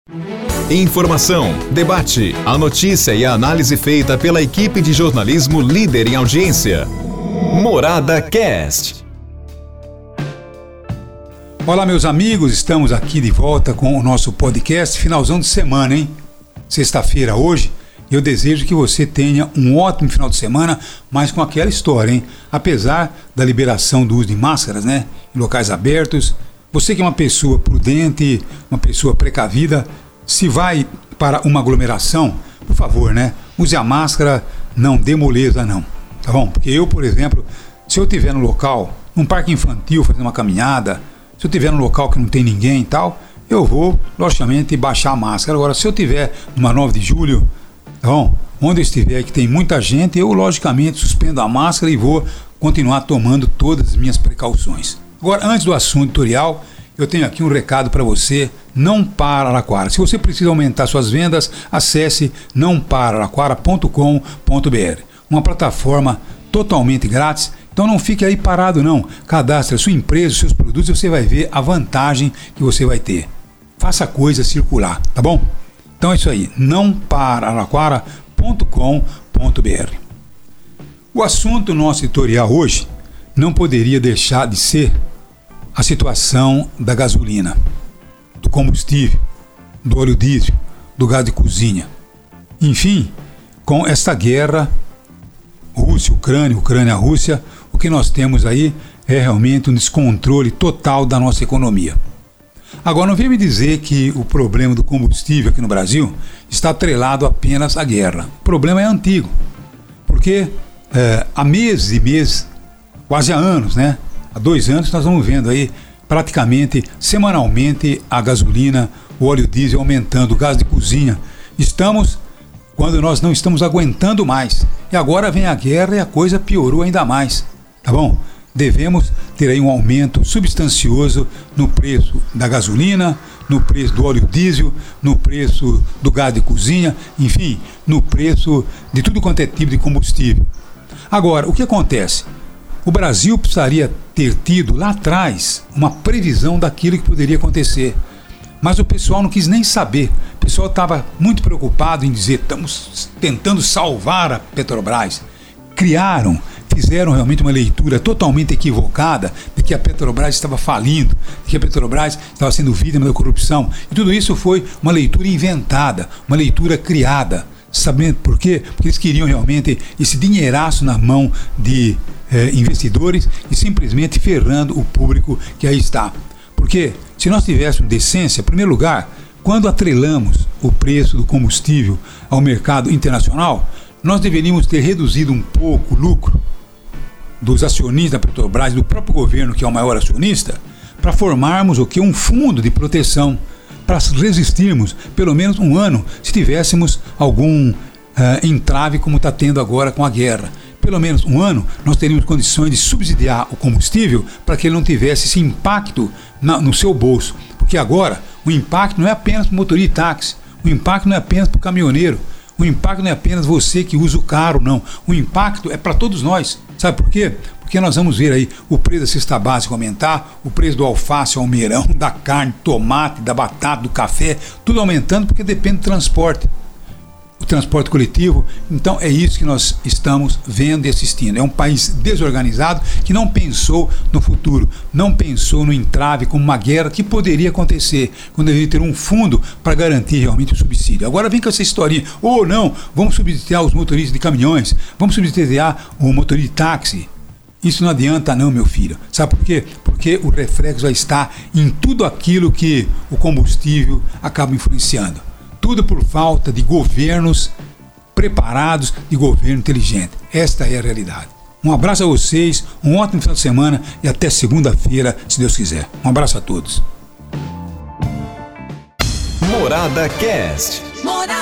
Informação, debate, a notícia e a análise feita pela equipe de jornalismo líder em audiência. Morada Cast. Olá, meus amigos, estamos aqui de volta com o nosso podcast, finalzão de semana, hein? Sexta-feira hoje, eu desejo que você tenha um ótimo final de semana, mas com aquela história, hein? Apesar da liberação do uso de máscaras, né? Em locais abertos, você que é uma pessoa prudente, uma pessoa precavida, se vai para uma aglomeração, por favor, né? Use a máscara, não dê moleza não, tá bom? Porque eu, por exemplo, se eu estiver no local, num parque infantil, fazendo uma caminhada, se eu estiver num local que não tem ninguém e tal, eu vou, logicamente, baixar a máscara. Agora, se eu estiver numa 9 de julho, tá bom? Onde eu estiver que tem muita gente, eu, logicamente, suspendo a máscara e vou continuar tomando todas as minhas precauções. Agora, antes do assunto editorial, eu tenho aqui um recado para você, Não Para Araraquara. Se você precisa aumentar suas vendas, acesse nãopararaquara.com.br, uma plataforma totalmente grátis. Então não fique aí parado não, cadastre a sua empresa, os seus produtos e você vai ver a vantagem que você vai ter. Faça a coisa circular, tá bom? Então é isso aí, nãopararaquara.com.br. O assunto nosso editorial hoje não poderia deixar de ser a situação da gasolina, do combustível, do óleo diesel, do gás de cozinha. Enfim, com esta guerra Rússia-Ucrânia, Ucrânia-Rússia, o que nós temos aí é realmente um descontrole total da nossa economia. Agora, não venha me dizer que o problema do combustível aqui no Brasil está atrelado apenas à guerra. O problema é antigo, porque há meses e meses, quase há anos, né? Há 2 anos nós vamos vendo aí praticamente semanalmente a gasolina, o óleo diesel aumentando, o gás de cozinha. Estamos quando nós não estamos aguentando mais. E agora vem a guerra e a coisa piorou ainda mais, tá bom? Devemos ter aí um aumento substancioso no preço da gasolina, no preço do óleo diesel, no preço do gás de cozinha, enfim, no preço de tudo quanto é tipo de combustível. Agora, o que acontece? O Brasil precisaria ter tido lá atrás uma previsão daquilo que poderia acontecer. Mas o pessoal não quis nem saber. O pessoal estava muito preocupado em dizer, estamos tentando salvar a Petrobras. Fizeram realmente uma leitura totalmente equivocada de que a Petrobras estava falindo, de que a Petrobras estava sendo vítima da corrupção. E tudo isso foi uma leitura inventada, uma leitura criada. Sabendo por quê? Porque eles queriam realmente esse dinheiraço na mão de investidores e simplesmente ferrando o público que aí está. Porque se nós tivéssemos decência, em primeiro lugar, quando atrelamos o preço do combustível ao mercado internacional, nós deveríamos ter reduzido um pouco o lucro dos acionistas da Petrobras, do próprio governo, que é o maior acionista, para formarmos um fundo de proteção, para resistirmos pelo menos um ano se tivéssemos algum entrave como está tendo agora com a guerra. Pelo menos um ano nós teríamos condições de subsidiar o combustível para que ele não tivesse esse impacto no seu bolso. Porque agora o impacto não é apenas para o motorista de táxi, o impacto não é apenas para o caminhoneiro, o impacto não é apenas você que usa o carro, não. O impacto é para todos nós. Sabe por quê? Porque nós vamos ver aí o preço da cesta básica aumentar, o preço do alface, almeirão, da carne, tomate, da batata, do café, tudo aumentando porque depende do transporte. O transporte coletivo, então é isso que nós estamos vendo e assistindo. É um país desorganizado que não pensou no futuro, não pensou no entrave como uma guerra que poderia acontecer, quando deveria ter um fundo para garantir realmente o subsídio. Agora vem com essa historinha, não, vamos subsidiar os motoristas de caminhões, vamos subsidiar o motorista de táxi. Isso não adianta não, meu filho. Sabe por quê? Porque o reflexo já está em tudo aquilo que o combustível acaba influenciando. Tudo por falta de governos preparados, de governo inteligente. Esta é a realidade. Um abraço a vocês, um ótimo final de semana e até segunda-feira, se Deus quiser. Um abraço a todos. Morada Cast.